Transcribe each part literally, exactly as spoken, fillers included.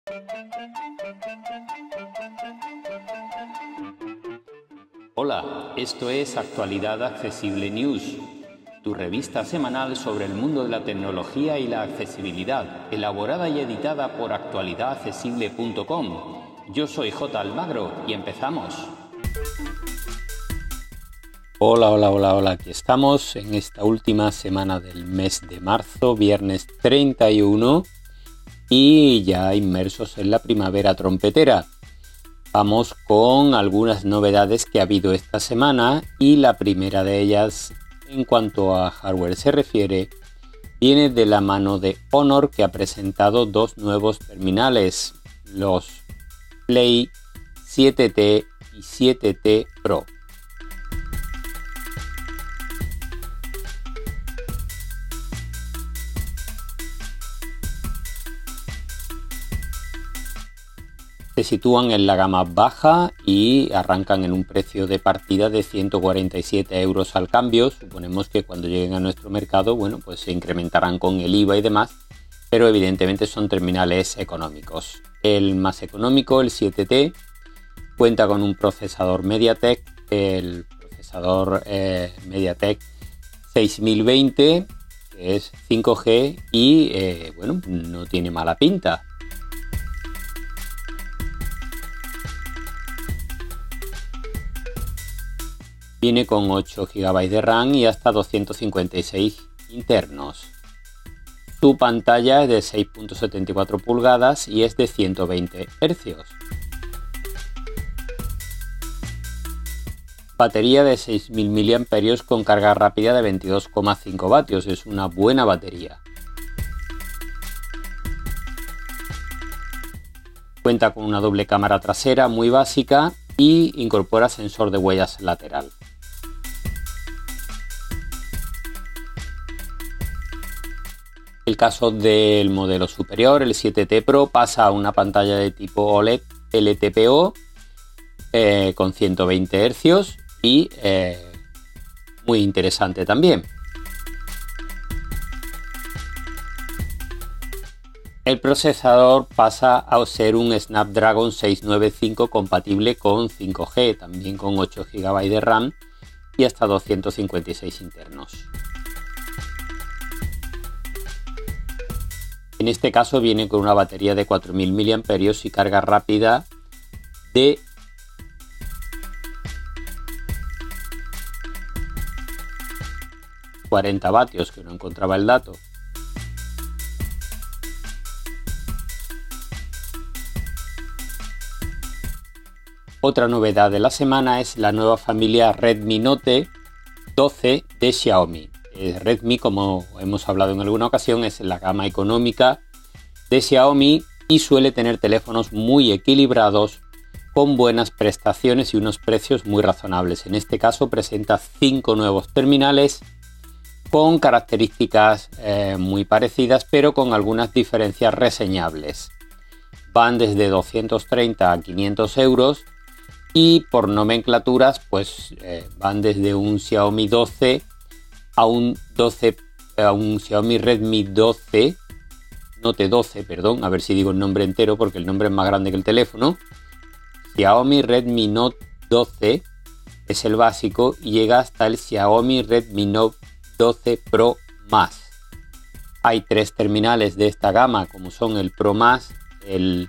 Hola, esto es Actualidad Accesible News, tu revista semanal sobre el mundo de la tecnología y la accesibilidad, elaborada y editada por actualidad accesible punto com. Yo soy J. Almagro y empezamos. Hola, hola, hola, hola, aquí estamos en esta última semana del mes de marzo, viernes treinta y uno, y ya inmersos en la primavera trompetera. Vamos con algunas novedades que ha habido esta semana, y la primera de ellas, en cuanto a hardware se refiere, viene de la mano de Honor, que ha presentado dos nuevos terminales, los Play siete T y siete T Pro. Se sitúan en la gama baja y arrancan en un precio de partida de ciento cuarenta y siete euros al cambio. Suponemos que cuando lleguen a nuestro mercado, bueno, pues se incrementarán con el I V A y demás, pero evidentemente son terminales económicos. El más económico, el siete T, cuenta con un procesador MediaTek, el procesador eh, MediaTek seis mil veinte, que es cinco G y eh, bueno, no tiene mala pinta. Viene con ocho gigabytes de RAM y hasta doscientos cincuenta y seis internos. Su pantalla es de seis punto setenta y cuatro pulgadas y es de ciento veinte hercios. Batería de seis mil miliamperios hora con carga rápida de veintidós coma cinco vatios. Es una buena batería. Cuenta con una doble cámara trasera muy básica y incorpora sensor de huellas lateral. El caso del modelo superior, el siete T Pro, pasa a una pantalla de tipo O L E D L T P O eh, con ciento veinte hercios y eh, muy interesante también. El procesador pasa a ser un Snapdragon seiscientos noventa y cinco compatible con cinco G, también con ocho gigabytes de RAM y hasta doscientos cincuenta y seis internos. En este caso viene con una batería de cuatro mil miliamperios hora y carga rápida de cuarenta vatios, que no encontraba el dato. Otra novedad de la semana es la nueva familia Redmi Note doce de Xiaomi. Redmi, como hemos hablado en alguna ocasión, es la gama económica de Xiaomi y suele tener teléfonos muy equilibrados con buenas prestaciones y unos precios muy razonables. En este caso presenta cinco nuevos terminales con características eh, muy parecidas, pero con algunas diferencias reseñables. Van desde doscientos treinta a quinientos euros y por nomenclaturas pues eh, van desde un Xiaomi doce a un doce, a un Xiaomi Redmi doce, Note doce, perdón, a ver si digo el nombre entero porque el nombre es más grande que el teléfono. Xiaomi Redmi Note doce es el básico y llega hasta el Xiaomi Redmi Note doce Pro Más. Hay tres terminales de esta gama, como son el Pro Más, el,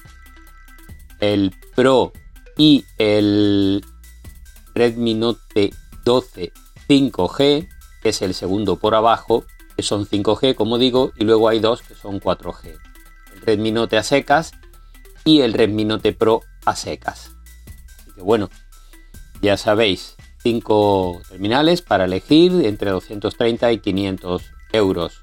el Pro y el Redmi Note doce cinco G, que es el segundo por abajo, que son cinco G, como digo, y luego hay dos que son cuatro G. El Redmi Note a secas y el Redmi Note Pro a secas. Así que bueno, ya sabéis, cinco terminales para elegir entre doscientos treinta y quinientos euros.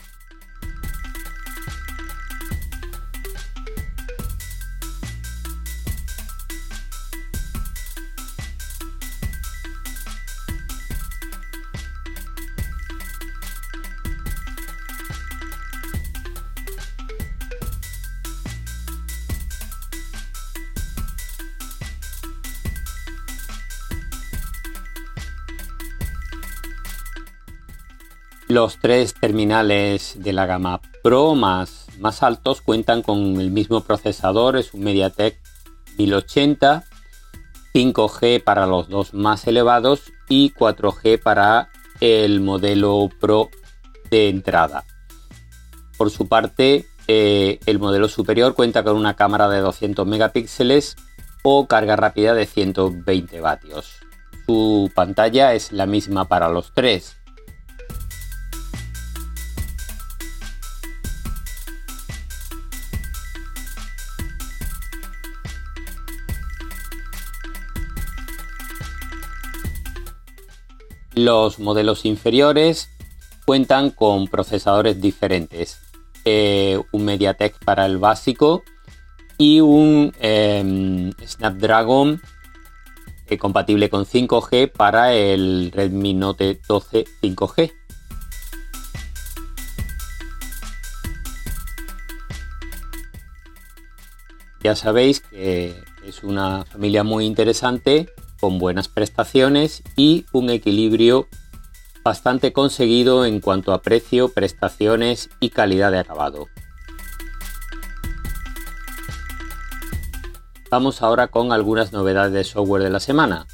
Los tres terminales de la gama Pro más, más altos cuentan con el mismo procesador, es un MediaTek mil ochenta, cinco G para los dos más elevados y cuatro G para el modelo Pro de entrada. Por su parte, eh, el modelo superior cuenta con una cámara de doscientos megapíxeles o carga rápida de ciento veinte vatios. Su pantalla es la misma para los tres. Los modelos inferiores cuentan con procesadores diferentes, eh, un MediaTek para el básico y un eh, Snapdragon eh, compatible con cinco G para el Redmi Note doce cinco G. Ya sabéis que es una familia muy interesante, con buenas prestaciones y un equilibrio bastante conseguido en cuanto a precio, prestaciones y calidad de acabado. Vamos ahora con algunas novedades de software de la semana.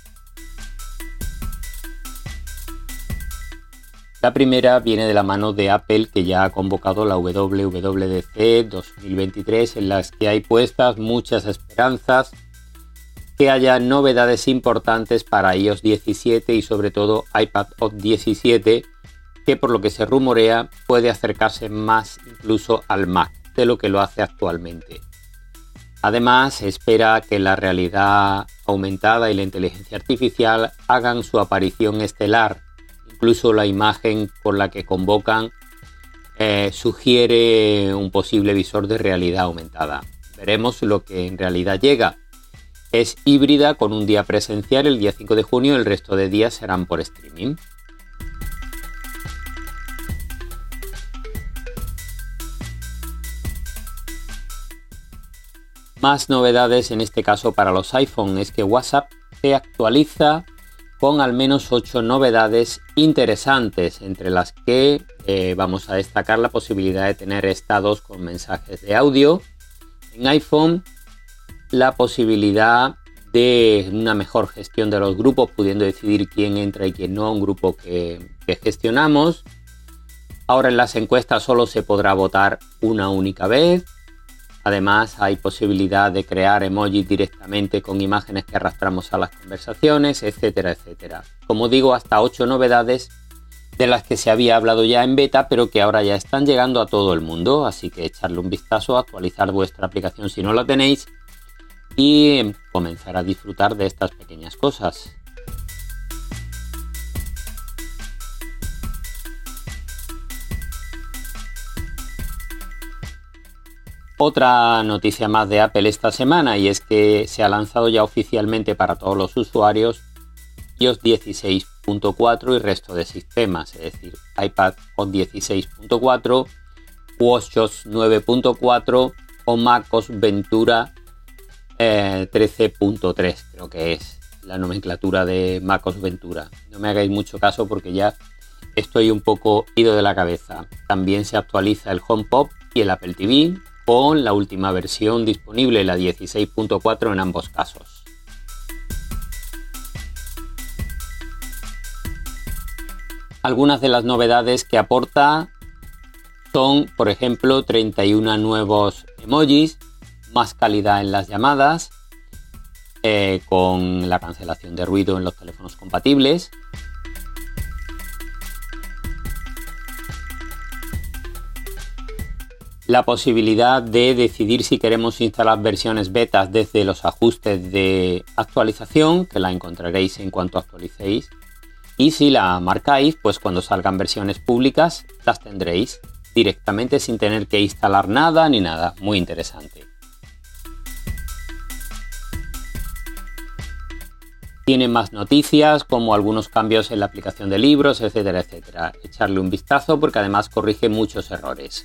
La primera viene de la mano de Apple, que ya ha convocado la W W D C dos mil veintitrés, en las que hay puestas muchas esperanzas que haya novedades importantes para i O S diecisiete y sobre todo iPadOS diecisiete, que por lo que se rumorea puede acercarse más incluso al Mac de lo que lo hace actualmente. Además, se espera que la realidad aumentada y la inteligencia artificial hagan su aparición estelar. Incluso la imagen con la que convocan eh, sugiere un posible visor de realidad aumentada. Veremos lo que en realidad llega. Es híbrida con un día presencial el día cinco de junio, el resto de días serán por streaming. Más novedades en este caso para los iPhone es que WhatsApp se actualiza con al menos ocho novedades interesantes, entre las que eh, vamos a destacar la posibilidad de tener estados con mensajes de audio en iPhone, la posibilidad de una mejor gestión de los grupos, pudiendo decidir quién entra y quién no a un grupo que, que gestionamos. Ahora en las encuestas solo se podrá votar una única vez. Además hay posibilidad de crear emojis directamente con imágenes que arrastramos a las conversaciones, etcétera, etcétera. Como digo, hasta ocho novedades de las que se había hablado ya en beta, pero que ahora ya están llegando a todo el mundo. Así que echarle un vistazo, actualizar vuestra aplicación si no la tenéis y comenzar a disfrutar de estas pequeñas cosas. Otra noticia más de Apple esta semana, y es que se ha lanzado ya oficialmente para todos los usuarios i O S dieciséis punto cuatro y resto de sistemas, es decir, iPadOS dieciséis punto cuatro, WatchOS nueve punto cuatro o macOS Ventura eh, trece punto tres, creo que es la nomenclatura de macOS Ventura. No me hagáis mucho caso porque ya estoy un poco ido de la cabeza. También se actualiza el HomePod y el Apple T V con la última versión disponible, la dieciséis punto cuatro en ambos casos. Algunas de las novedades que aporta son, por ejemplo, treinta y uno nuevos emojis, más calidad en las llamadas, eh, con la cancelación de ruido en los teléfonos compatibles. La posibilidad de decidir si queremos instalar versiones betas desde los ajustes de actualización, que la encontraréis en cuanto actualicéis. Y si la marcáis, pues cuando salgan versiones públicas las tendréis directamente sin tener que instalar nada ni nada. Muy interesante. Tiene más noticias, como algunos cambios en la aplicación de libros, etcétera, etcétera. Echarle un vistazo porque además corrige muchos errores.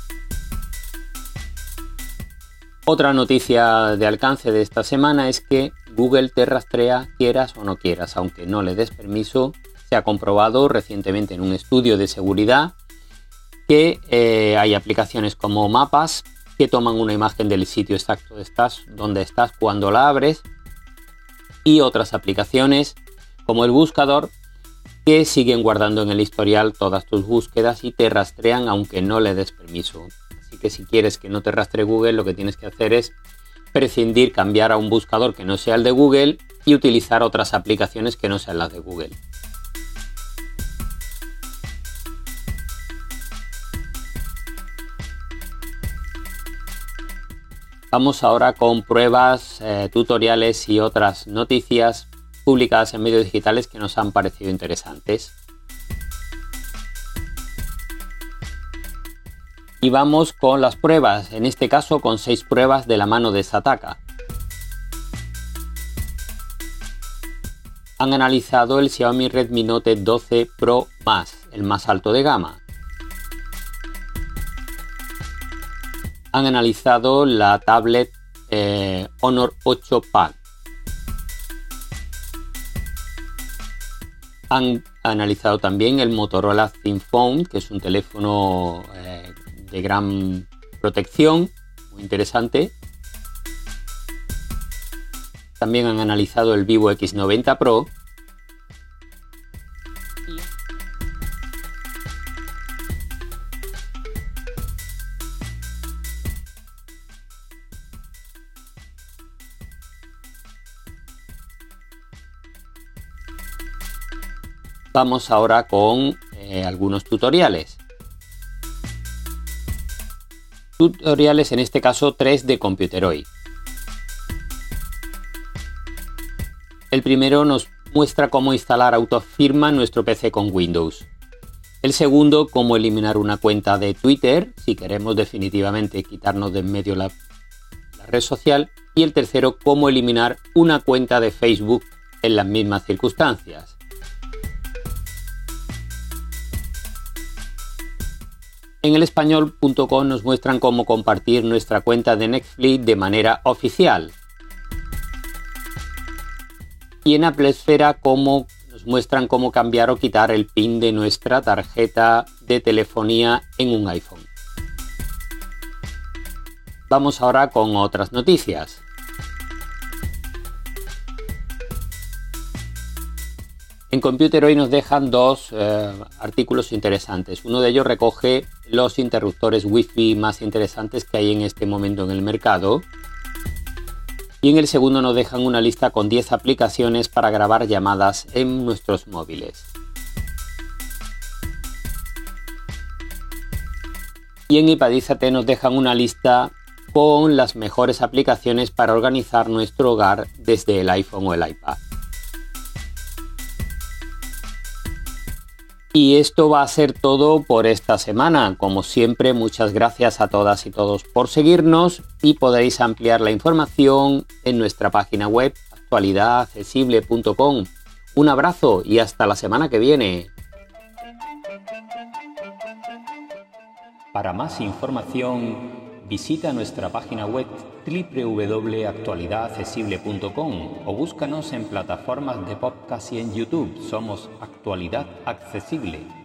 Otra noticia de alcance de esta semana es que Google te rastrea quieras o no quieras, aunque no le des permiso. Se ha comprobado recientemente en un estudio de seguridad que eh, hay aplicaciones como Mapas que toman una imagen del sitio exacto de estás, donde estás cuando la abres, y otras aplicaciones como el buscador que siguen guardando en el historial todas tus búsquedas y te rastrean aunque no le des permiso. Así que si quieres que no te rastree Google, lo que tienes que hacer es prescindir, cambiar a un buscador que no sea el de Google y utilizar otras aplicaciones que no sean las de Google. Vamos ahora con pruebas, eh, tutoriales y otras noticias publicadas en medios digitales que nos han parecido interesantes. Y vamos con las pruebas, en este caso con seis pruebas de la mano de Sataka. Han analizado el Xiaomi Redmi Note doce Pro más, el más alto de gama. Han analizado la tablet eh, Honor ocho Pad. Han analizado también el Motorola ThinFone, que es un teléfono eh, de gran protección, muy interesante. También han analizado el Vivo X noventa Pro. Vamos ahora con eh, algunos tutoriales. Tutoriales, en este caso tres de Computeroid. El primero nos muestra cómo instalar Autofirma en nuestro P C con Windows. El segundo, cómo eliminar una cuenta de Twitter si queremos definitivamente quitarnos de en medio la, la red social. Y el tercero, cómo eliminar una cuenta de Facebook en las mismas circunstancias. En el español punto com nos muestran cómo compartir nuestra cuenta de Netflix de manera oficial. Y en Apple Esfera cómo nos muestran cómo cambiar o quitar el PIN de nuestra tarjeta de telefonía en un iPhone. Vamos ahora con otras noticias. En Computeroid nos dejan dos eh, artículos interesantes. Uno de ellos recoge los interruptores Wi-Fi más interesantes que hay en este momento en el mercado. Y en el segundo nos dejan una lista con diez aplicaciones para grabar llamadas en nuestros móviles. Y en Ipadízate nos dejan una lista con las mejores aplicaciones para organizar nuestro hogar desde el iPhone o el iPad. Y esto va a ser todo por esta semana. Como siempre, muchas gracias a todas y todos por seguirnos y podéis ampliar la información en nuestra página web actualidad accesible punto com. Un abrazo y hasta la semana que viene. Para más información, visita nuestra página web doble u doble u doble u punto actualidad accesible punto com o búscanos en plataformas de podcast y en YouTube. Somos Actualidad Accesible.